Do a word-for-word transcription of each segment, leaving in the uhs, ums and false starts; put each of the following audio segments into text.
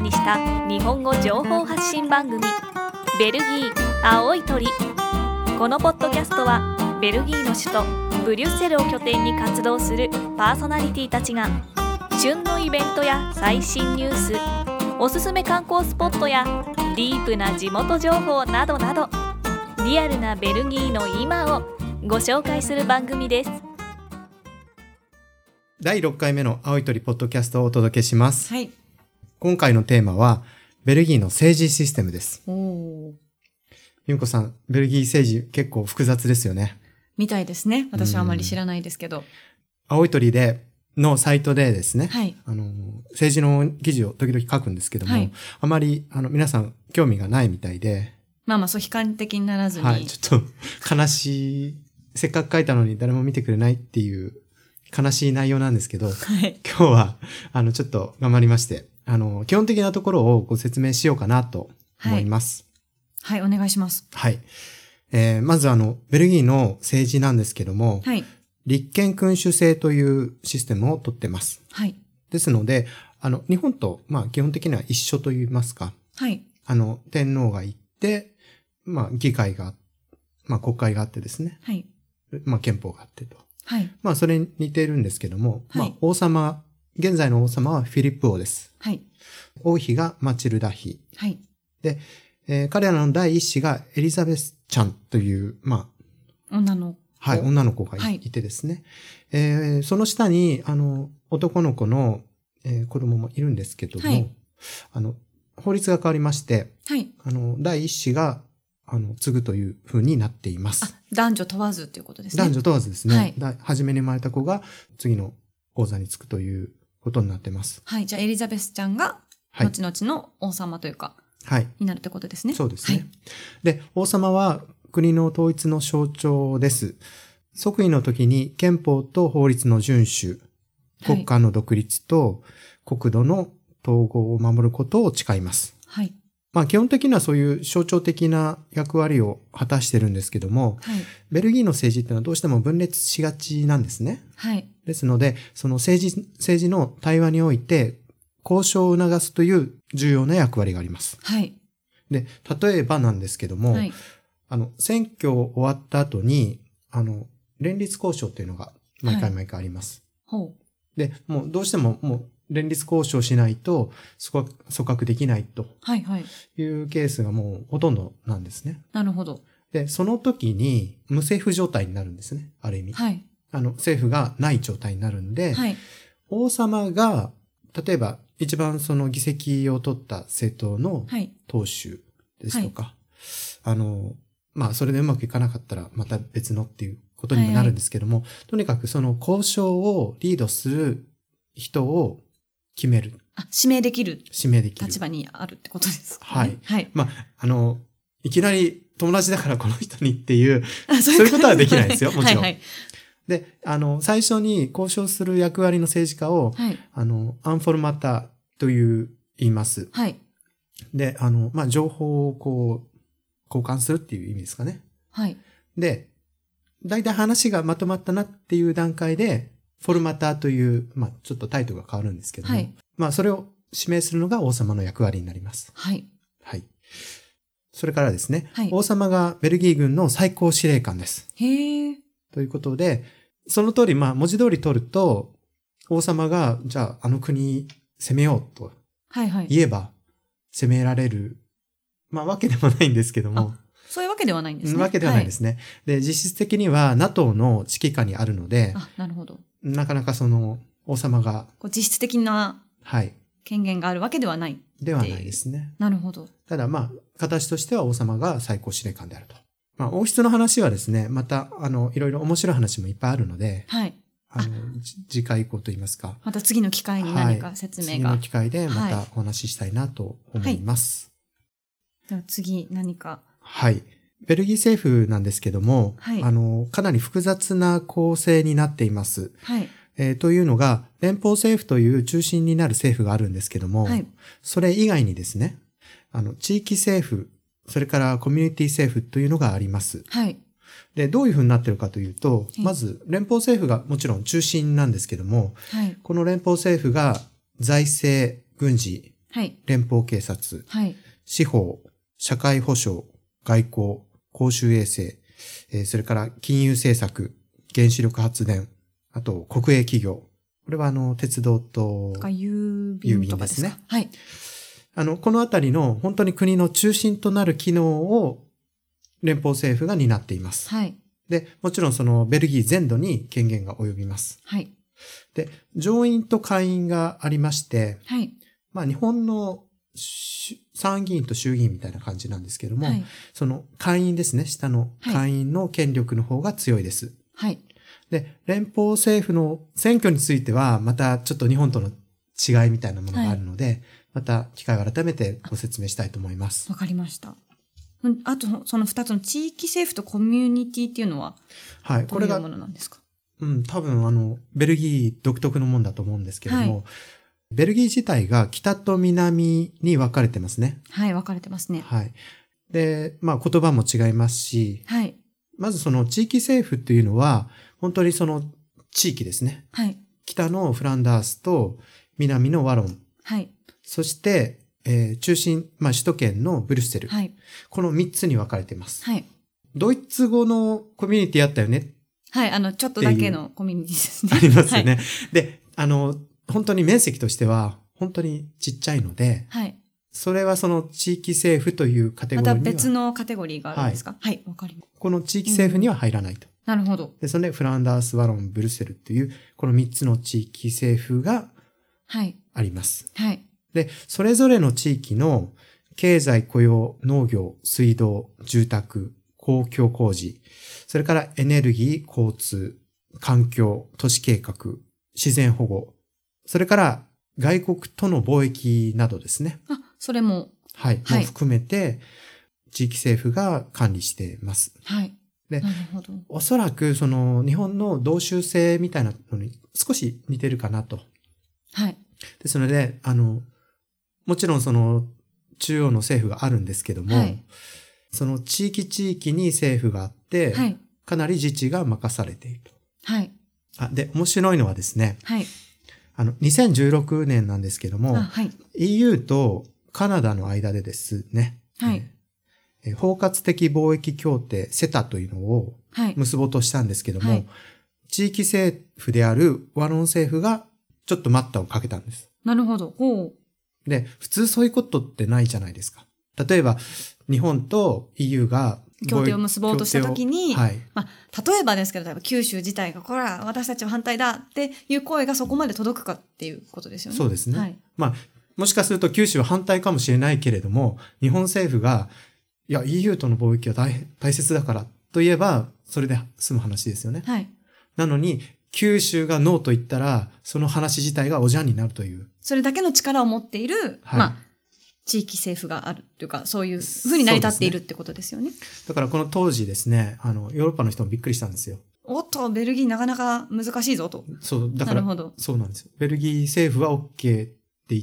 にした日本語情報発信番組ベルギー青い鳥。このポッドキャストはベルギーの首都ブリュッセルを拠点に活動するパーソナリティたちが旬のイベントや最新ニュース、おすすめ観光スポットやディープな地元情報などなど、リアルなベルギーの今をご紹介する番組です。 だいろっかいめの青い鳥ポッドキャストをお届けします。 はい。 今回のテーマはベルギーの政治システムです。 おー。 ゆんこさん、ベルギー政治結構複雑ですよね。 みたいですね。私はあまり知らないですけど。 青い鳥でのサイトでですね、 はい。 あの政治の記事を時々書くんですけども、 はい、 あまりあの皆さん興味がないみたいで、 まあまあそう悲観的にならずに、 はい、ちょっと悲しい、せっかく書いたのに誰も見てくれないっていう悲しい内容なんですけど、 はい、 今日はあのちょっと頑張りまして、あの基本的なところをご説明しようかなと思います。 はい、はい、お願いします。 はい。えー、まずあのベルギーの政治なんですけども、 はい、 立憲君主制というシステムをとってます。 はい。 ですので、あの日本とまあ基本的には一緒と言いますか、 はい。 あの天皇がいて、まあ議会が、まあ国会があってですね、 はい。 まあ憲法があってと。 はい。 まあそれに似ているんですけども、 はい、 まあ王様、現在の王様はフィリップ王です。 はい。 王妃がマチルダ妃。 はい。 で、えー、彼らの第一子がエリザベスちゃんという、まあ、女の子。 はい、女の子が い,、はい、いてですね、えー。その下に、あの、男の子の、えー、子供もいるんですけども、はい、あの、法律が変わりまして、 はい。 あの、第一子が、あの、継ぐという風になっています。 あ、男女問わずということですね。 男女問わずですね。 はい。 だ初めに生まれた子が次の王座につくということになってます。 はい。じゃあ、エリザベスちゃんが、後々の王様というか、 はい。 になるってことですね。 そうですね。 はい、 で、王様は国の統一の象徴です。即位の時に憲法と法律の遵守、国家の独立と国土の統合を守ることを誓います。 はい。 まあ基本的にはそういう象徴的な役割を果たしてるんですけども、 はい、 ベルギーの政治っていうのはどうしても分裂しがちなんですね。 はい。 ですので、その政治、政治の対話において交渉を促すという重要な役割があります。 はい。 で、例えばなんですけども、 はい、 あの、選挙終わった後に、あの、連立交渉っていうのが毎回毎回あります。 はい、ほう。 で、もうどうしてももう連立交渉しないと組閣できないというケースがもうほとんどなんですね。 なるほど。 で、その時に無政府状態になるんですね。ある意味。 はい。 あの、政府がない状態になるんで、 はい、 王様が、例えば一番その議席を取った政党の党首ですとか、はい、あの、まあそれでうまくいかなかったらまた別のっていうことにもなるんですけども、はいはい、とにかくその交渉をリードする人を決める。 あ、指名できる。 指名できる。 立場にあるってことですかね。 はい。 はい。 まあ、あの、いきなり友達だからこの人にっていう、そういうことはできないですよ、もちろん。はいはい。で、あの、最初に交渉する役割の政治家を、はい、あの、アンフォルマターという言います。 はい。 で、あの、まあ、情報をこう、交換するっていう意味ですかね。 はい。 で、だいたい話がまとまったなっていう段階で、フォルマターという、まあ、ちょっとタイトルが変わるんですけども、はい、まあ、それを指名するのが王様の役割になります。 はい。 はい。それからですね、 はい、 王様がベルギー軍の最高司令官です。 へー。 ということで、その通り、まあ、文字通り取ると、王様が、じゃあ、あの国攻めようと言えば、はいはい、攻められる、まあ、わけでもないんですけども。 そういうわけではないんですね。 わけではないですね。はい、で、実質的には NATO の指揮下にあるので、 あ、なるほど。 なかなかその、王様が、 こう実質的な、はい。権限があるわけではない。 ではないですね。 なるほど。 ただ、まあ、形としては王様が最高司令官であると。まあ、王室の話はですね、また、あの、いろいろ面白い話もいっぱいあるので、 はい。 あの、次回以降といいますか。 また次の機会に何か説明が。はい、 次の機会でまたお話ししたいなと思います。 はい、では次何か。 はい。ベルギー政府なんですけども、はい、あの、かなり複雑な構成になっています。 はい。 えー、というのが、連邦政府という中心になる政府があるんですけども、はい、それ以外にですね、あの、地域政府、それからコミュニティ政府というのがあります。 はい。 で、どういうふうになってるかというと、はい、まず、連邦政府がもちろん中心なんですけども、はい、この連邦政府が財政、軍事、 はい、 連邦警察、 はい、 司法、社会保障、外交、公衆衛生、えー、それから金融政策、原子力発電、あと国営企業。これはあの鉄道と郵便とかですね。はい。 あのこのあたりの本当に国の中心となる機能を連邦政府が担っています。 はい。 で、もちろんそのベルギー全土に権限が及びます。 はい。 で、上院と下院がありまして、 はい。 まあ日本の参議院と衆議院みたいな感じなんですけども、はい、その下院ですね、下の下院の権力の方が強いです。 はい。 で、連邦政府の選挙については、またちょっと日本との違いみたいなものがあるので、はい、また機会を改めてご説明したいと思います。 わかりました。あと、その二つの地域政府とコミュニティっていうのは、はい、これがどういうものなんですか？ うん、多分あの、ベルギー独特のもんだと思うんですけれども、はい、ベルギー自体が北と南に分かれてますね。 はい、分かれてますね。 はい。で、まあ言葉も違いますし、 はい。 まずその地域政府っていうのは、本当にその地域ですね。 はい。 北のフランダースと南のワロン。 はい。 そして、えー、中心、まあ首都圏のブリュッセル。 はい。 この三つに分かれています。 はい。 ドイツ語のコミュニティあったよね。 はい、あの、ちょっとだけのコミュニティですね。 ありますよね。はい、で、あの、本当に面積としては、本当にちっちゃいので、 はい。 それはその地域政府というカテゴリーには。 また別のカテゴリーがあるんですか？はい、わ、はい、かります。 この地域政府には入らないと。 うん、なるほど。 で、それでフランダース、ワロン、ブルセルっていう、この三つの地域政府があります。 はい。はい。 で、それぞれの地域の経済、雇用、農業、水道、住宅、公共工事、それからエネルギー、交通、環境、都市計画、自然保護、それから外国との貿易などですね。 あ、それも。 はい。はい、も含めて、地域政府が管理しています。 はい。 で、 なるほど。 おそらくその日本の同州制みたいなのに少し似てるかなと。 はい。 ですので、あの、もちろんその中央の政府があるんですけども、はい、その地域地域に政府があって、はい、かなり自治が任されていると。 はい。 あ、で、面白いのはですね、 はい。 あの、にせんじゅうろくねんなんですけども、 はい、 イーユー とカナダの間でですね、 はい。 えー、包括的貿易協定セタというのを結ぼうとしたんですけども、はい、地域政府であるワロン政府がちょっと待ったをかけたんです。 なるほど。ほう。で、普通そういうことってないじゃないですか。例えば、日本と イーユー が協定を結ぼうとしたときに、 はい、 まあ、例えばですけど、例えば九州自体が、これは私たちは反対だっていう声がそこまで届くかっていうことですよね。 そうですね。 はい、 まあ、もしかすると九州は反対かもしれないけれども、日本政府が、いや、イーユー との貿易は 大, 大切だからと言えば、それで済む話ですよね。 はい。 なのに、九州がノーと言ったら、その話自体がおじゃんになるという。 それだけの力を持っている、はい、まあ、地域政府があるというか、そういうふうに成り立っているってことですよね。 だからこの当時ですね、あの、ヨーロッパの人もびっくりしたんですよ。 おっと、ベルギーなかなか難しいぞと。 そう、だから、 なるほど。 そうなんですよ。ベルギー政府は OK って言って、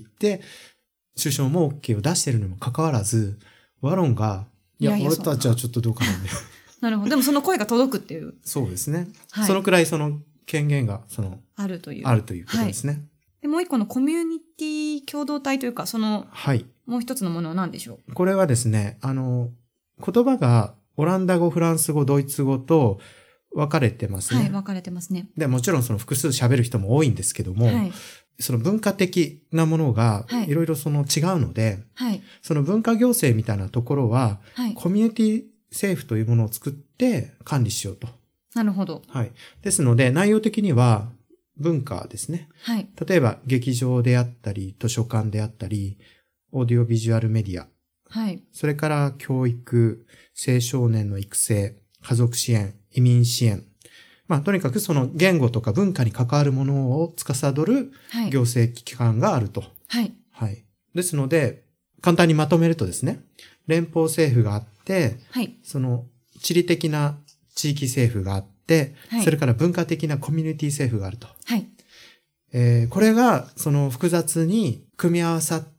首相も OK を出しているにもかかわらず、ワロンが、いや、いやいや俺たちはちょっとどうかなんだよ。 なるほど。でもその声が届くっていう。 そうですね。はい、そのくらいその権限が、その、 あるという。 あるということですね。はい、 でもう一個のコミュニティ共同体というか、その、 はい。 もう一つのものは何でしょう？ これはですね、あの、言葉がオランダ語、フランス語、ドイツ語と分かれてますね。 はい、分かれてますね。 で、もちろんその複数喋る人も多いんですけども、はい、その文化的なものがいろいろその違うので、 はい、 その文化行政みたいなところは、はい、コミュニティ政府というものを作って管理しようと。 なるほど。 はい。ですので、内容的には文化ですね。 はい。 例えば、劇場であったり、図書館であったり、オーディオビジュアルメディア。 はい。 それから教育、青少年の育成、家族支援、移民支援。まあ、とにかくその言語とか文化に関わるものを司る行政機関があると。 はい。 はい。ですので、簡単にまとめるとですね、連邦政府があって、 はい。 その地理的な地域政府があって、はい、それから文化的なコミュニティ政府があると。 はい。 えー、これがその複雑に組み合わさって、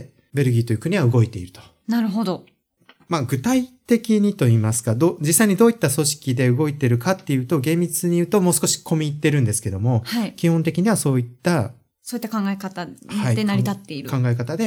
ベルギーという国は動いていると。 なるほど。 まあ具体的にと言いますか、ど、実際にどういった組織で動いているかっていうと、厳密に言うともう少し込み入ってるんですけども、 はい、 基本的にはそういった、 そういった考え方で成り立っている。 はい、考え方で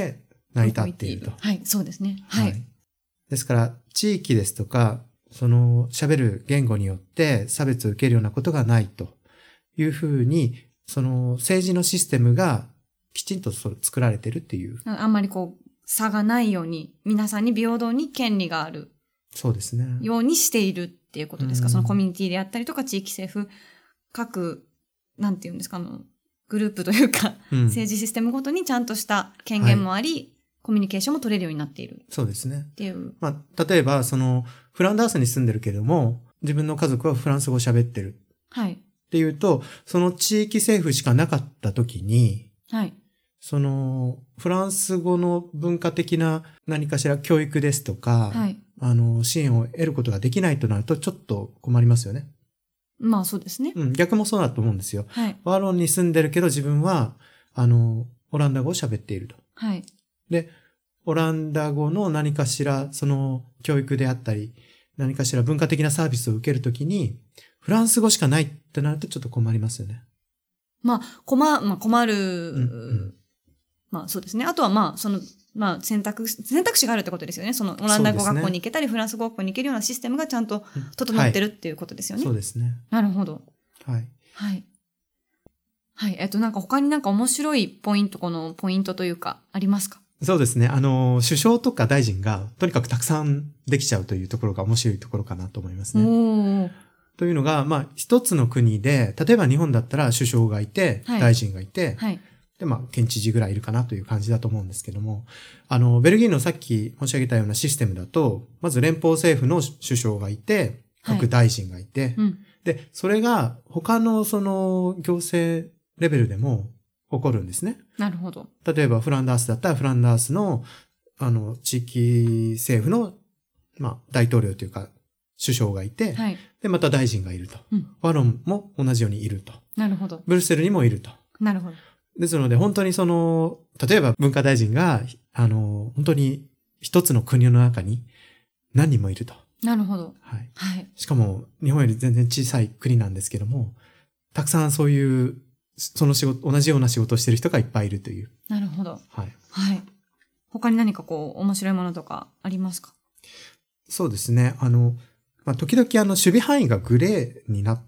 成り立っていると。 はい、そうですね。はい。はい、 ですから、地域ですとか、その喋る言語によって差別を受けるようなことがないというふうに、その政治のシステムがきちんと作られてるっていう。 あんまりこう、差がないように、皆さんに平等に権利がある。 そうですね。 ようにしているっていうことですか。そのコミュニティであったりとか、地域政府、各、なんていうんですか、あの、グループというか、うん、政治システムごとにちゃんとした権限もあり、はい、コミュニケーションも取れるようになっている。 そうですね。 っていう。 まあ、例えば、その、フランダースに住んでるけれども、自分の家族はフランス語を喋ってる。 はい。 っていうと、その地域政府しかなかった時に、 はい。 その、フランス語の文化的な何かしら教育ですとか、 はい。 あの、支援を得ることができないとなると、ちょっと困りますよね。 まあそうですね。 うん、逆もそうだと思うんですよ。 はい。 ワーロンに住んでるけど自分は、あの、オランダ語を喋っていると。 はい。 で、オランダ語の何かしら、その、教育であったり、何かしら文化的なサービスを受けるときに、フランス語しかないってなるとちょっと困りますよね。 まあ、困、まあ困る、 うんうん、 まあそうですね。あとはまあ、その、まあ選択、選択肢があるってことですよね。そのオランダ語学校に行けたり、フランス語学校に行けるようなシステムがちゃんと整ってるっていうことですよね。 はい、そうですね。 なるほど。 はい。 はい。はい。えっと、なんか他になんか面白いポイント、このポイントというか、ありますか？ そうですね。あの、首相とか大臣がとにかくたくさんできちゃうというところが面白いところかなと思いますね。 おー。 というのが、まあ、一つの国で、例えば日本だったら首相がいて、はい、大臣がいて、 はい。 で、まあ、県知事ぐらいいるかなという感じだと思うんですけども、あの、ベルギーのさっき申し上げたようなシステムだと、まず連邦政府の首相がいて、各大臣がいて、 はいうん、 で、それが他のその行政レベルでも起こるんですね。 なるほど。 例えばフランダースだったらフランダースの、あの、地域政府の、まあ、大統領というか、首相がいて、 はい、 で、また大臣がいると。 うん、 ワロンも同じようにいると。 なるほど。 ブルッセルにもいると。 なるほど。 ですので、本当にその、例えば文化大臣が、あの、本当に一つの国の中に何人もいると。 なるほど。 はい。 はい。 しかも、日本より全然小さい国なんですけども、たくさんそういう、その仕事、同じような仕事をしている人がいっぱいいるという。 なるほど。 はい。 はい。他に何かこう、面白いものとかありますか？ そうですね。あの、まあ、時々あの、守備範囲がグレーになって、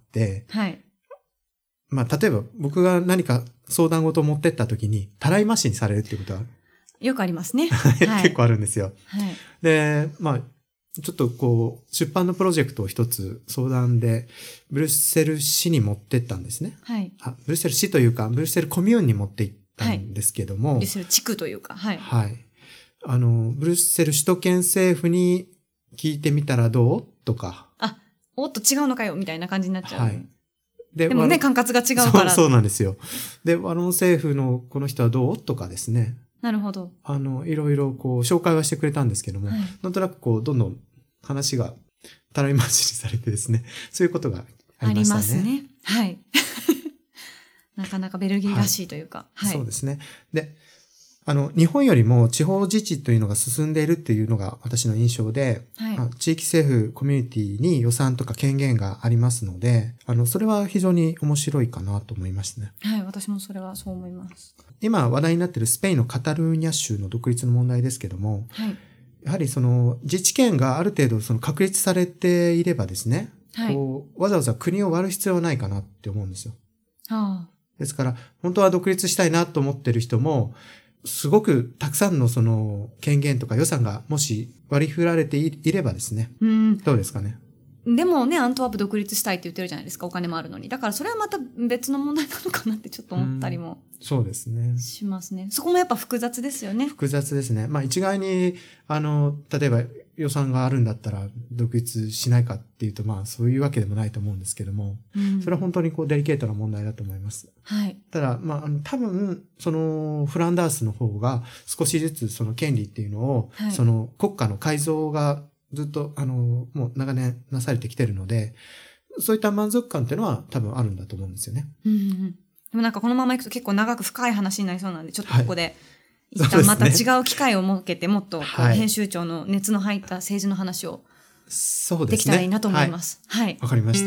はい。 まあ、例えば僕が何か相談事を持ってった時に、たらい回しにされるっていうことはよくありますね。 はい、結構あるんですよ。 はい。 で、まあ、ちょっとこう、出版のプロジェクトを一つ相談で、ブルッセル市に持ってったんですね。 はい。 あ、ブルッセル市というか、ブルッセルコミューンに持って行ったんですけども。 はい、ブルッセル地区というか、はい。 はい。あの、ブルッセル首都圏政府に聞いてみたらどうとか。 あ、おっと違うのかよみたいな感じになっちゃう。 はい。 で, でもね、管轄が違うからそう。そうなんですよ。で、ワロン政府のこの人はどうとかですね。 なるほど。 あの、いろいろこう、紹介はしてくれたんですけども、はい、なんとなくこう、どんどん話がたらい回しにされてですね、そういうことがありましたね。ありますね。 はい。なかなかベルギーらしいというか。 はい。はい、そうですね。で、あの、日本よりも地方自治というのが進んでいるっていうのが私の印象で、 はい、 地域政府、コミュニティに予算とか権限がありますので、あの、それは非常に面白いかなと思いましたね。 はい、私もそれはそう思います。 今話題になっているスペインのカタルーニャ州の独立の問題ですけども、 はい、 やはりその自治権がある程度その確立されていればですね、 はい、 こうわざわざ国を割る必要はないかなって思うんですよ。 ああ、 ですから、本当は独立したいなと思っている人も、すごくたくさんのその権限とか予算がもし割り振られていればですね。 うん。 どうですかね。 でもね、アントワープ独立したいって言ってるじゃないですか。お金もあるのに。だからそれはまた別の問題なのかなってちょっと思ったりも。 そうですね。 しますね。そこもやっぱ複雑ですよね。 複雑ですね。まあ一概に、あの、例えば予算があるんだったら独立しないかっていうと、まあそういうわけでもないと思うんですけども、 うん、 それは本当にこうデリケートな問題だと思います。 はい。 ただ、まあ、あの多分、そのフランダースの方が少しずつその権利っていうのを、 はい、 その国家の改造がずっと、あの、もう長年なされてきてるので、そういった満足感っていうのは多分あるんだと思うんですよね。 うんうん、でもなんかこのままいくと結構長く深い話になりそうなんで、ちょっとここで、はい一旦また違う機会を設けて、もっとこう編集長の熱の入った政治の話をできたらいいなと思います。はい。 わかりました。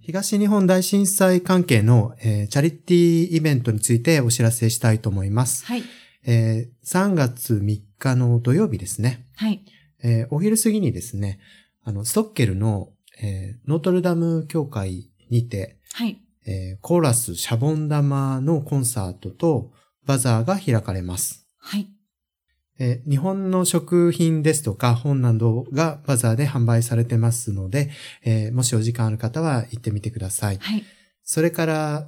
東日本大震災関係の、えー、チャリティーイベントについてお知らせしたいと思います。 はい。 えー、さんがつみっかの土曜日ですね。 はい。 えー、お昼過ぎにですね、あの、ストッケルの、えー、ノートルダム教会にて、 はい。 えー、コーラスシャボン玉のコンサートとバザーが開かれます。 はい。 えー、日本の食品ですとか本などがバザーで販売されてますので、えー、もしお時間ある方は行ってみてください。 はい。 それから、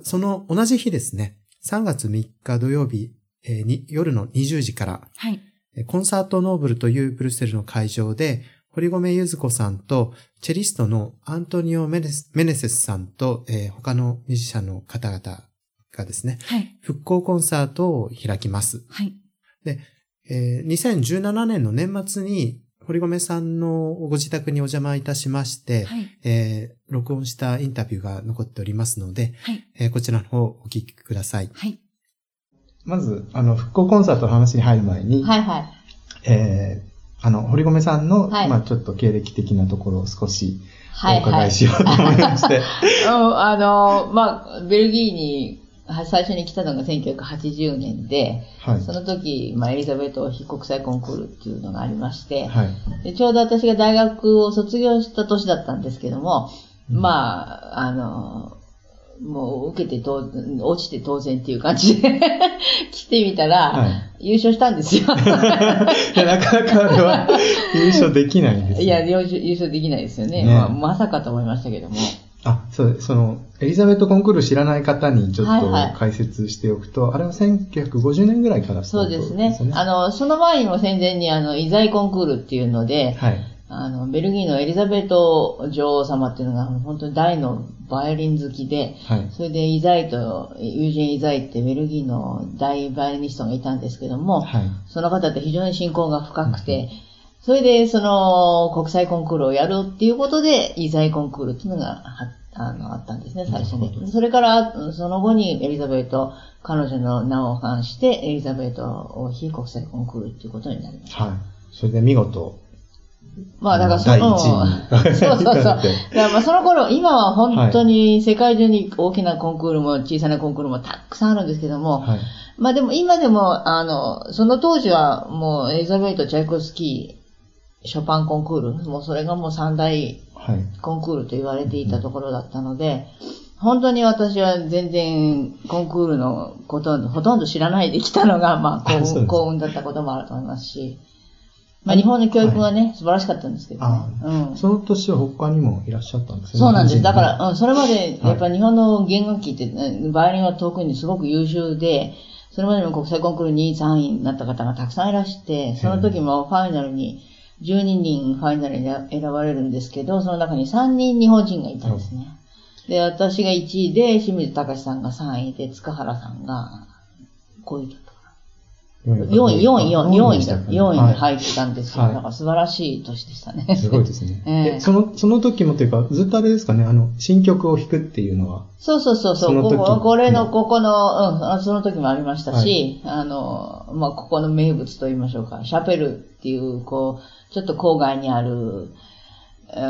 その同じ日ですね、さんがつみっか土曜日、えー、に夜のにじゅうじから、 はい。 コンサートノーブルというブリュッセルの会場で、堀米ゆず子さんとチェリストのアントニオ・メネセスさんと、えー、他のミュージシャンの方々がですね、 はい、 復興コンサートを開きます。 はい。 で、えー、にせんじゅうななねんの年末に堀米さんのご自宅にお邪魔いたしまして、 はい、 えー、録音したインタビューが残っておりますので、 はい、 えー、こちらの方お聞きください。 はい。 まず、あの、復興コンサートの話に入る前に、 はいはい。 えーあの、堀米さんの、はい、まあちょっと経歴的なところを少しお伺いしようと思いまして。 はいはい、あの、まあベルギーに最初に来たのがせんきゅうひゃくはちじゅうねんで、はい、その時、まあエリザベート王妃国際コンクールっていうのがありまして、はい、でちょうど私が大学を卒業した年だったんですけども、うん、まあ、あの、もう受けて当落ちて当然っていう感じで来てみたら、はい、優勝したんですよ。いやなかなかあれは優勝できないんですよ。 いや、優勝できないですよね。ね、まあ、まさかと思いましたけども。 あ、そう、その、エリザベートコンクール知らない方にちょっと解説しておくと、はいはい、あれはせんきゅうひゃくごじゅうねんぐらいからスタートですね。 そうですね。あの、その前にも戦前にあの、遺財コンクールっていうので、はい、あの、ベルギーのエリザベート女王様っていうのが本当に大のバイオリン好きで、はい、それでイザイと、ユージェン・イザイってベルギーの大バイオリニストがいたんですけども、はい、その方って非常に親交が深くて、うん、それでその国際コンクールをやるっていうことで、イザイコンクールっていうのがあのあったんですね、最初に。それから、その後にエリザベート、彼女の名を冠して、エリザベート王妃国際コンクールっていうことになりました。 はい。それで見事、 まあだからその、そうそうそう。だからまあその頃、今は本当に世界中に大きなコンクールも小さなコンクールもたくさんあるんですけども、はい、まあでも今でも、あの、その当時はもうエリザベート、チャイコフスキー、ショパンコンクール、もうそれがもう三大コンクールと言われていたところだったので、はい、本当に私は全然コンクールのことほとんど知らないで来たのが、まあ幸運、幸運だったこともあると思いますし、まあ日本の教育はね、はい、素晴らしかったんですけどね。うん、 その年は他にもいらっしゃったんですね。 そうなんです。だから、うん、それまで、やっぱり日本の弦楽器って、バイオリンは特にすごく優秀で、それまでの国際コンクールにい、さんいになった方がたくさんいらして、その時もファイナルに、じゅうににんファイナルに選ばれるんですけど、その中にさんにん日本人がいたんですね。で、私がいちいで、清水隆さんがさんいで、塚原さんがごいだった。よんい、よんい、よんい、よんい、よんいに入ってたんですよ。はい、だから素晴らしい年でしたね。 すごいですね。えー、その、その時もというか、ずっとあれですかね、あの、新曲を弾くっていうのは。 そうそうそうそう、ここ、これの、ここの、うん、その時もありましたし、はい、あの、まあ、ここの名物と言いましょうか、シャペルっていう、こう、ちょっと郊外にある、うん、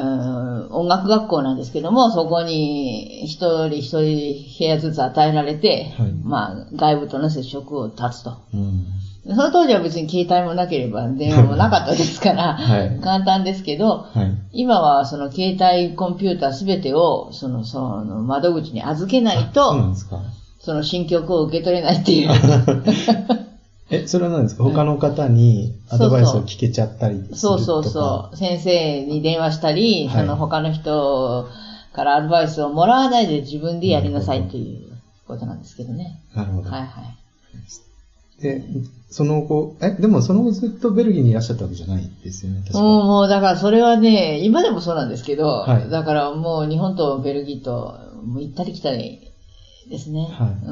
音楽学校なんですけども、そこに一人一人部屋ずつ与えられて、はい、まあ、外部との接触を断つと。うんその当時は別に携帯もなければ電話もなかったですから、はい、簡単ですけど、はい、今はその携帯コンピューターすべてをその、その窓口に預けないと、そうなんですか。その新曲を受け取れないっていう。 え、それは何ですか？他の方にアドバイスを聞けちゃったりするとか？ そうそうそう。先生に電話したり、はい、その他の人からアドバイスをもらわないで自分でやりなさいということなんですけどね。 なるほど。 はいはい。 で、その後、え、でもその後ずっとベルギーにいらっしゃったわけじゃないですよね、確かに。 もう、もうだからそれはね、今でもそうなんですけど、はい、だからもう日本とベルギーと行ったり来たりですね。はい、うん。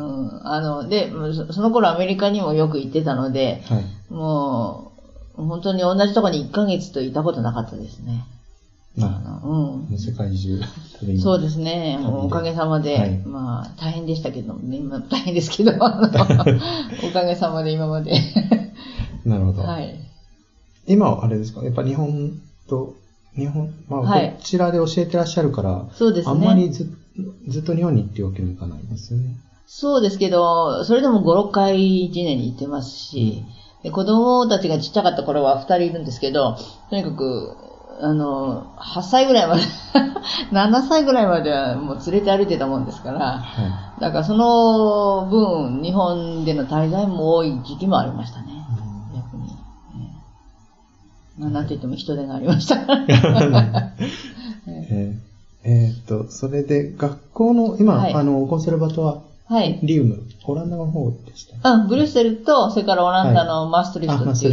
あの、で、その頃アメリカにもよく行ってたので、はい、もう、本当に同じところにいっかげつといたことなかったですね。 あの、うん。世界中。 そうですね。もうおかげさまで、はい、まあ、大変でしたけどね、今大変ですけど、おかげさまで今まで。 なるほど。 はい。 今はあれですか、やっぱ日本と、日本、まあ、はい、こちらで教えてらっしゃるから、そうですね。あんまりず、 ずっと日本に行っておけるわけにいかないんですよね。 そうですけど、それでもご、ろっかいいちねんに行ってますし、うん、で子供たちがちっちゃかった頃はふたりいるんですけど、とにかく、あの、はっさいぐらいまで、ななさいぐらいまではもう連れて歩いてたもんですから、はい、だからその分、日本での滞在も多い時期もありましたね。うん、逆に。まあ、なんと言っても人手がありました。 えー、えー、っと、それで学校の、今、はい、あの、コンセルバトワ、はい。リウム、オランダの方でした。 うん、ブリュッセルと、それからオランダのマーストリヒトっていう、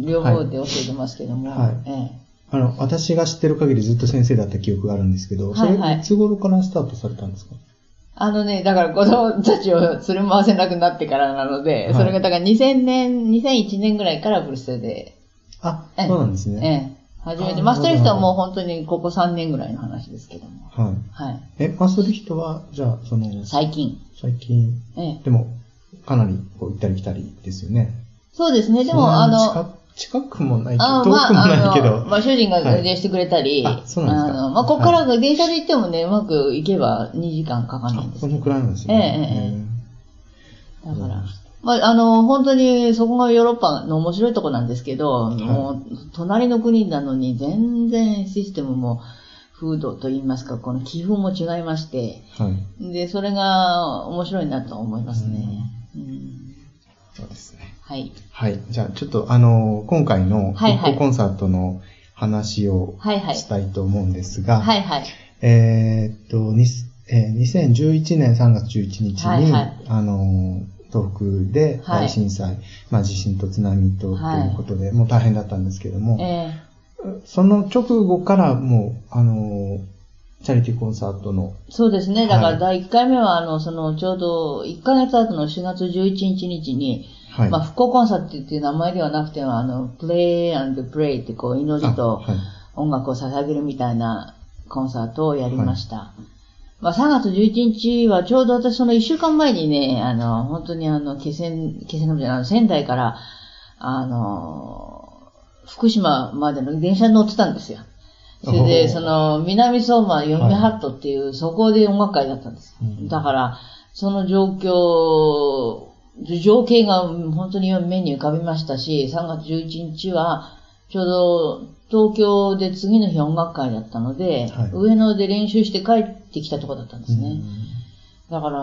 両方で教えてますけども。はい。ええ、 あの、私が知ってる限りずっと先生だった記憶があるんですけど、それいつ頃からスタートされたんですか？ あのね、だから子供たちを連れ回せなくなってからなので、はい、それがだからにせんねん、にせんいちねんぐらいからブリュッセルで。 あ、そうなんですね。 ええ。初めて。マストリヒトはもう本当にここさんねんぐらいの話ですけども。 はい。はい。え、マストリヒトは、じゃあ、その、 最近。 最近。ええ。でも、かなりこう行ったり来たりですよね。 そうですね。でも、あの、 近, 近くもないけど、遠くもないけど。 まあ、まあ、主人が運転してくれたり。はい、あ、そうなんですか。あの、まあ、ここから電車で行ってもね、うまく行けばにじかんかかんないんです。 そのくらいなんですね。 ええ、ええ。だから。まあ、あの、本当にそこがヨーロッパの面白いとこなんですけど、はい、もう、隣の国なのに全然システムも、風土といいますか、この気風も違いまして、はい、で、それが面白いなと思いますね。うんうん、 そうですね。 はい。 はい。じゃあ、ちょっと、あの、今回の復興コンサートの話をしたいと思うんですが、 はいはい。 えー、っと、にえー、にせんじゅういちねんさんがつじゅういちにちに、はいはい、あの、東北で大震災、はい、まあ地震と津波とということで、はい、もう大変だったんですけれども、えー、その直後からもう、あの、チャリティーコンサートの。 そうですね。だからだいいっかいめは、あの、その、ちょうどいっかげつ後のしがつじゅういちにちに、はい、まあ、復興コンサートっていう名前ではなくて、あの、Play and Pray ってこう、祈りと音楽を捧げるみたいなコンサートをやりました。はい、まあ、さんがつじゅういちにちはちょうど私そのいっしゅうかんまえにね、あの、本当にあの、気仙、気仙沼じゃない、仙台から、あの、福島までの電車に乗ってたんですよ。それで、その、南相馬読みハットっていう、はい、そこで音楽会だったんです。うん、だから、その状況、情景が本当に目に浮かびましたし、さんがつじゅういちにちは、ちょうど東京で次の日音楽会だったので、はい、上野で練習して帰ってきたところだったんですね。だから、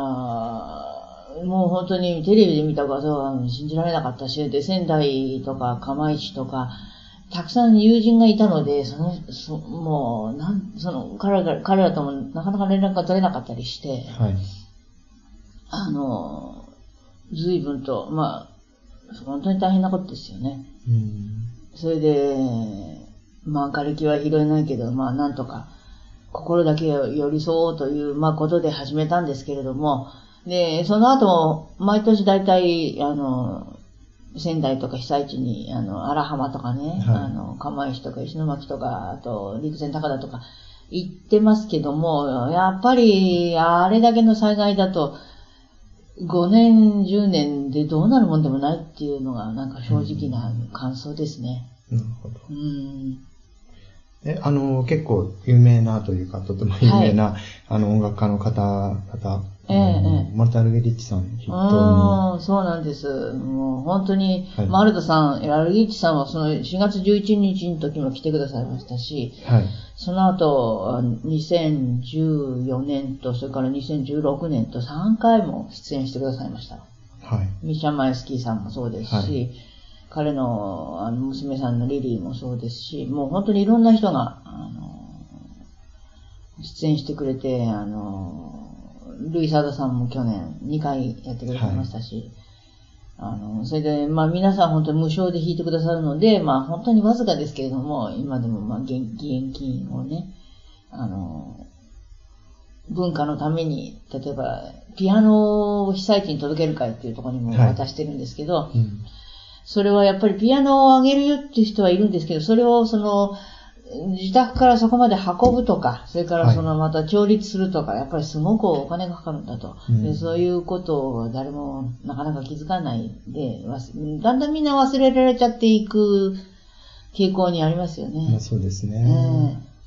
もう本当にテレビで見た画像は信じられなかったし、で、仙台とか釜石とか、たくさん友人がいたので、その、そもう、なん、その、彼ら、彼らともなかなか連絡が取れなかったりして、はい、あの、随分と、まあ、本当に大変なことですよね。うん、それで、まあ、瓦礫は拾えないけど、まあ、なんとか、心だけを寄り添おうという、まあ、ことで始めたんですけれども、で、その後も、毎年大体、あの、仙台とか被災地に、あの、荒浜とかね、はい、あの、釜石とか石巻とか、あと、陸前高田とか行ってますけども、やっぱり、あれだけの災害だと、ごねん、じゅうねんでどうなるもんでもないっていうのが、なんか正直な感想ですね。 なるほど。うん。え、あの、結構有名なというか、とても有名な、はい、あの、音楽家の方々、ええええ、マルタ・アルゲリッチさん筆頭に。そうなんです。もう本当に、はい、マルタさん、アルゲリッチさんはそのしがつじゅういちにちの時も来てくださいましたし、はい、その後、にせんじゅうよねんと、それからにせんじゅうろくねんとさんかいも出演してくださいました。はい。ミシャ・マイスキーさんもそうですし、はい、彼のあの娘さんのリリーもそうですし、もう本当にいろんな人が、あの、出演してくれて、あの、ルイ・サダさんも去年にかいやってくれてましたし、はい、あの、それで、まあ皆さん本当に無償で弾いてくださるので、まあ本当にわずかですけれども、今でもまあ義援金をね、あの、文化のために、例えば、ピアノを被災地に届ける会っていうところにも渡してるんですけど、はいうん、それはやっぱりピアノをあげるよっていう人はいるんですけど、それをその、自宅からそこまで運ぶとか、それからそのまた調律するとか、はい、やっぱりすごくお金がかかるんだと、うん、で。そういうことを誰もなかなか気づかないで、だんだんみんな忘れられちゃっていく傾向にありますよね。 まあ、そうですね。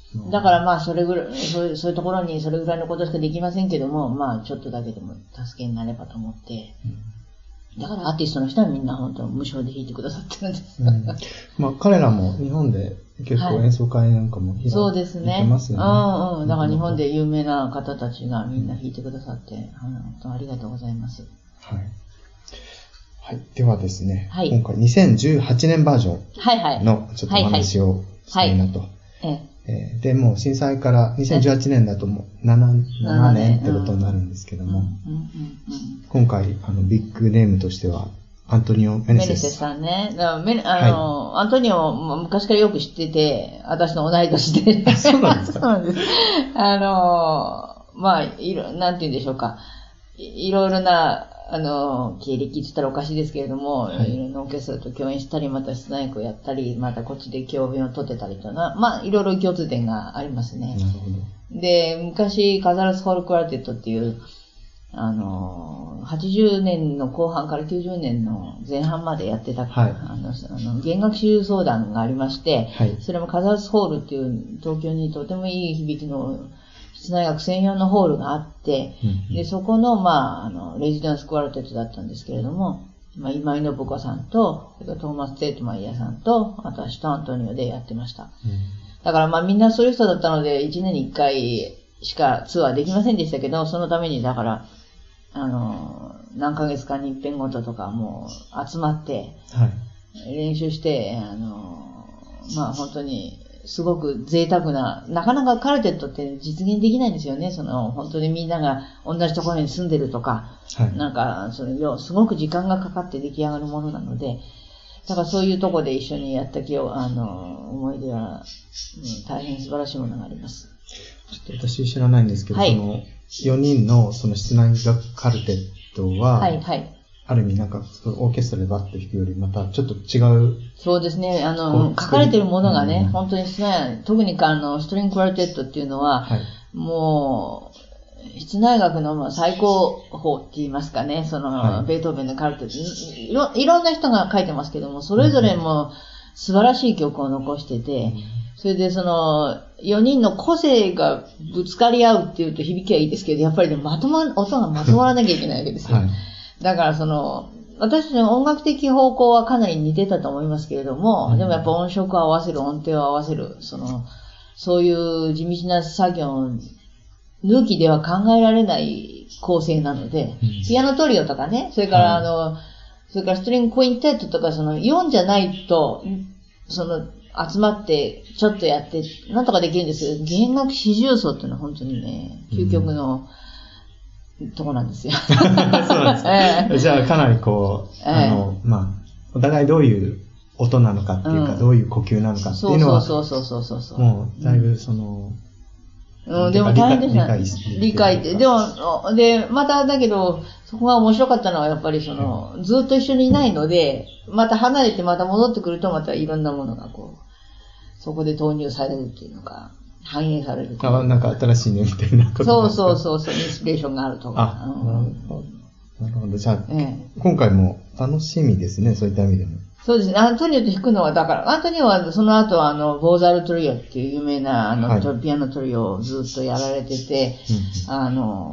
だからまあ、それぐらい、そういう、そういうところにそれぐらいのことしかできませんけども、まあ、ちょっとだけでも助けになればと思って、うん、だからアーティストの人はみんな本当無償で弾いてくださってるんです。うん、 まあ、彼らも日本で結構演奏会なんかも開いてますよね。 そうですね。うんうん。だから日本で有名な方たちがみんな弾いてくださって、うん、本当ありがとうございます。 はい。はい。ではですね、はい、今回にせんじゅうはちねんバージョンのちょっとお話をしたいなと。はいはいはいえー、で、もう震災からにせんじゅうはちねんだともう 7, 7年ってことになるんですけども、今回あのビッグネームとしてはアントニオ・メネセス。 メネセスさんね。だからメあの、はい、アントニオ昔からよく知ってて、私の同い年で。 そうなんですかそうなんです。あの、まあ、いろ、なんて言うんでしょうか。い, いろいろな、あの、経歴って言ったらおかしいですけれども、はい、いろんなオーケストラと共演したり、また室内役をやったり、またこっちで教鞭を取ってたりとな、まあ、いろいろ共通点がありますね。 なるほど。で、昔、カザラスホールクワルテットっていう、あの、はちじゅうねんの後半からきゅうじゅうねんの前半までやってた、はい、あの、あの弦楽四重奏団がありまして、はい、それもカザラスホールっていう東京にとてもいい響きの室内楽専用のホールがあって、うん、で、そこの、まあ、あの、レジデンスクワルテットだったんですけれども、まあ、今井信子さんと、それからトーマス・テートマイヤーさんと、あとはシュト・アントニオでやってました。うん、だからまあみんなそういう人だったので、いちねんにいっかいしかツアーできませんでしたけど、そのためにだから、あの、何ヶ月かに一遍ごととかもう集まって、練習して、はい、あの、まあ本当に、すごく贅沢な、なかなかカルテットって実現できないんですよね。その、本当にみんなが同じところに住んでるとか、はい、なんか、その、すごく時間がかかって出来上がるものなので、だからそういうところで一緒にやった気を、あの、思い出は、うん、大変素晴らしいものがあります。 ちょっと私知らないんですけど、はい、その、よにんのその室内楽カルテットは、はい、はい。ある意味なんか、オーケストラでバッと弾くより、またちょっと違う。 そうですね。あの、書かれてるものがね、うん、本当に室内、特にあの、ストリングクワルテットっていうのは、はい、もう、室内楽の最高峰って言いますかね、その、はい、ベートーベンのカルテットいろ、いろんな人が書いてますけども、それぞれも素晴らしい曲を残してて、うん、それでその、よにんの個性がぶつかり合うっていうと響きはいいですけど、やっぱりね、まとま、音がまとまらなきゃいけないわけですよ。はいだからその、私たちの音楽的方向はかなり似てたと思いますけれども、うん、でもやっぱ音色を合わせる、音程を合わせる、その、そういう地道な作業抜きでは考えられない構成なので、うん、ピアノトリオとかね、それからあの、はい、それからストリングクインテットとかそのよんじゃないと、その、集まってちょっとやって、なんとかできるんですけど、弦楽四重奏っていうのは本当にね、究極の、うんとこなんですよ。そうなんですね。ええ、じゃあかなりこう、あの、ええ、まあ、お互いどういう音なのかっていうか、うん、どういう呼吸なのかっていうのは、 そうそうそうそうそう。 もう、だいぶその、 うん、でも大変でしたね。理解って。でも、で、まただけど、そこが面白かったのはやっぱりその、うん、ずっと一緒にいないので、また離れてまた戻ってくるとまたいろんなものがこう、そこで投入されるっていうのが、反映される。 あ、なんか新しいねみたいなこと。 そうそうそうそう、インスピレーションがあるとか。 あ、うん、なるほど。なるほど。じゃあ、ええ、今回も楽しみですね、そういった意味でも。 そうですね。アントニオと弾くのは、だから、アントニオはその後あの、ボーザルトリオっていう有名なあの、はい、ピアノトリオをずっとやられてて、うん、あの、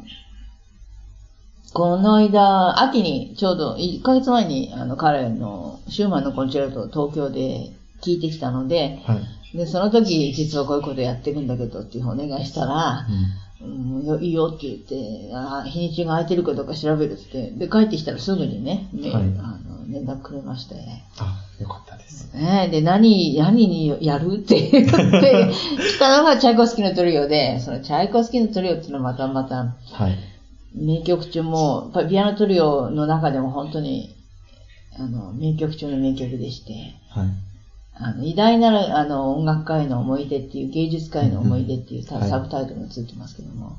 この間、秋にちょうどいっかげつまえにあの、彼のシューマンのコンチェルトを東京で聴いてきたので、はいで、その時、実はこういうことやってるんだけどっていうお願いしたら、うんうん、いいよって言って、あ日にちが空いてるかどうか調べるって。で、帰ってきたらすぐにね、ねはい、あの連絡くれまして。 あ、よかったです。 ねで、何、何にやるって言って、来たのがチャイコフスキーのトリオで、そのチャイコフスキーのトリオっていうのはまたまた、はい、名曲中も、ピアノトリオの中でも本当に、あの、名曲中の名曲でして、はいあの、偉大なる、あの、音楽界の思い出っていう、芸術界の思い出っていう、うん、サブタイトルがついてますけども。はい、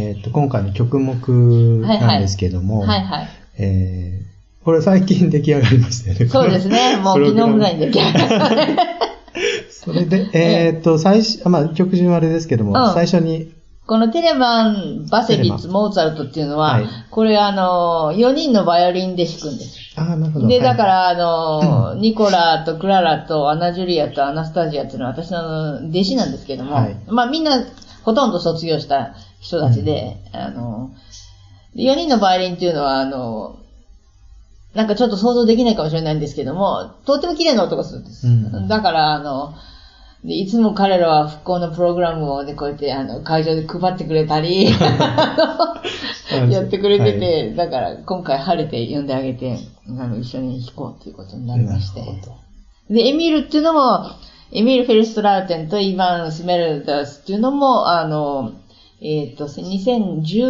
えっと、今回の曲目なんですけども、はいはい。はいはい、えー、これ最近出来上がりましたよね。 そうですね。もう昨日ぐらいに出来上がりました。 それで、えっと、最初、まあ、曲順はあれですけども、うん、最初に、 このテレマン、バセリッツ、モーツァルトっていうのは、はい、これあの、よにんのバイオリンで弾くんです。 ああ、なるほど。 で、だから、あの、ニコラとクララとアナジュリアとアナスタジアっていうのは私の弟子なんですけども、はい、まあみんなほとんど卒業した人たちで、うん、あの、よにんのバイオリンっていうのは、あの、なんかちょっと想像できないかもしれないんですけども、とっても綺麗な音がするんです。うん、だから、あの、でいつも彼らは復興のプログラムをね、こうやって、あの、会場で配ってくれたり、やってくれてて、はい、だから今回晴れて呼んであげて、あの、一緒に弾こうということになりまして。で、エミールっていうのも、エミール・フェルストラーテンとイヴァン・スメルダスっていうのも、あの、えっと、にせんじゅ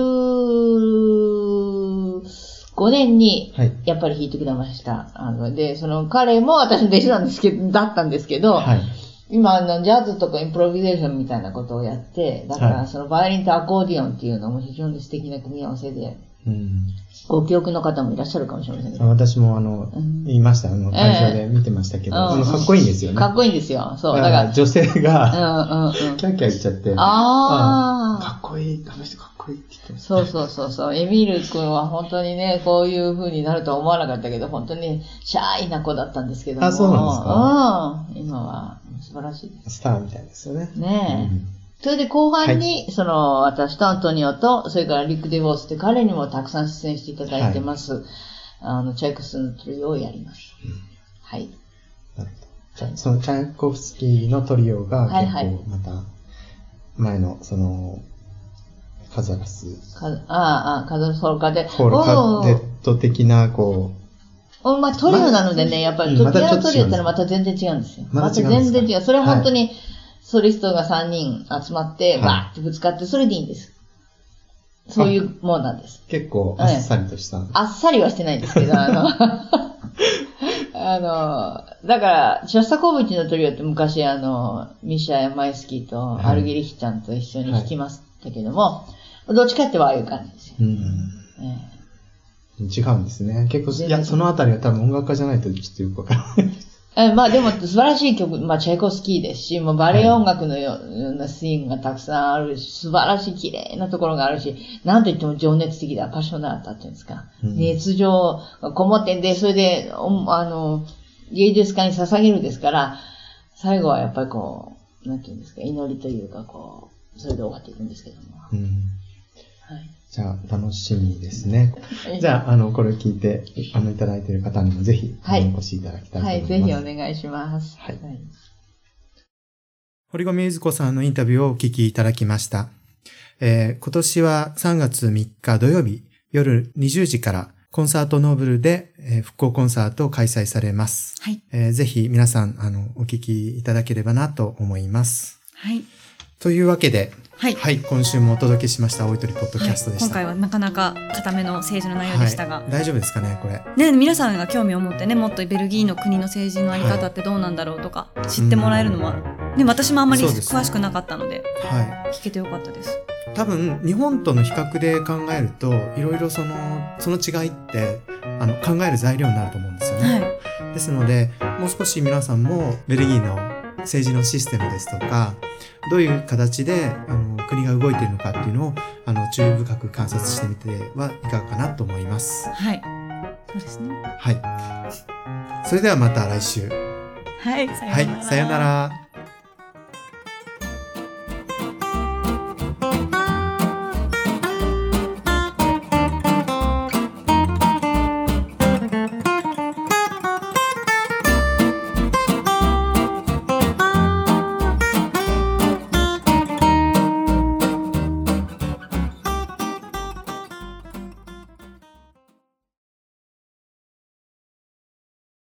うごねんに、やっぱり弾いてくれました。はい、あの、で、その彼も私の弟子なんですけど、だったんですけど、はい、今、あの、ジャズとかインプロビゼーションみたいなことをやって、だから、そのバイオリンとアコーディオンっていうのも非常に素敵な組み合わせで、うん、ご記憶の方もいらっしゃるかもしれませんけど。 私も、あの、うん、言いました。あの、会場で見てましたけど、えー、あのかっこいいんですよね。 かっこいいんですよ。そう。 だから、女性が、 うんうんうん、 キャッキャ言っちゃって、 ああかっこいい、あの人かっこいいって言ってました。 そうそうそうそう。エミール君は本当にね、こういう風になるとは思わなかったけど、本当にシャイな子だったんですけども。 あ、そうなんですか。 うん。今は素晴らしいです。 スターみたいですよね。 ねえ。うんそれで後半に、はい、その、私とアントニオと、それからリック・デボースって彼にもたくさん出演していただいてます。はい、あの、チャイコフスキーのトリオをやります。うん、はい。 なるほど。じゃあ、そのチャイコフスキーのトリオが結構また、前の、その、カザラス。 かああ、カザラスフォルカデ。 フォルカデット的な、こう。まあ、トリオなのでね、やっぱり、ピアノトリオってのはまた全然違うんですよ。また全然違う。それは本当に、はいソリストがさんにん集まって、バーってぶつかって、それでいいんです。そういうものなんです。 結構、あっさりとした、 はい。あっさりはしてないんですけど、あの、あの、だから、ショスタコーヴィチのトリオって昔、あの、ミシャ・ヤマイスキーとアルゲリヒちゃんと一緒に弾きましたけども、はい、どっちかってはああいう感じですよ。うんえー、違うんですね。結構、いや、そのあたりは多分音楽家じゃないとちょっとよくわからない。 えまあでも素晴らしい曲、まあチャイコフスキーですし、もうバレエ音楽のようなシーンがたくさんあるし、素晴らしい綺麗なところがあるし、なんといっても情熱的だ、パッショナータっていうんですか。うん、熱情がこもってんで、それで、あの、芸術家に捧げるですから、最後はやっぱりこう、なんていうんですか、祈りというかこう、それで終わっていくんですけども。うんはいじゃあ、楽しみですね。じゃあ、あの、これを聞いて、あの、いただいている方にもぜひ、はい、お越しいただきたいと思います。 はい、ぜひお願いします。はい。はい、 堀米ゆず子さんのインタビューをお聞きいただきました。えー、今年はさんがつみっか土曜日、夜にじゅうじから、コンサートノーブルで、えー、復興コンサートを開催されます。はい。えー、ぜひ皆さん、あの、お聞きいただければなと思います。はい。というわけで、はい、はい、今週もお届けしました青い鳥ポッドキャストでした、 はい、今回はなかなか固めの政治の内容でしたが、はい、 大丈夫ですかねこれね皆さんが興味を持ってねもっとベルギーの国の政治のあり方ってどうなんだろうとか、はい、知ってもらえるのは、ね、私もあんまり詳しくなかったので、はい、聞けてよかったです。 多分日本との比較で考えるといろいろそのその違いってあの考える材料になると思うんですよね、はい、ですのでもう少し皆さんもベルギーの政治のシステムですとかどういう形であの国が動いているのかっていうのをあの注意深く観察してみてはいかがかなと思います。 はい、そうですね。 はい。それではまた来週。 はい、さようなら。 はい、さようなら。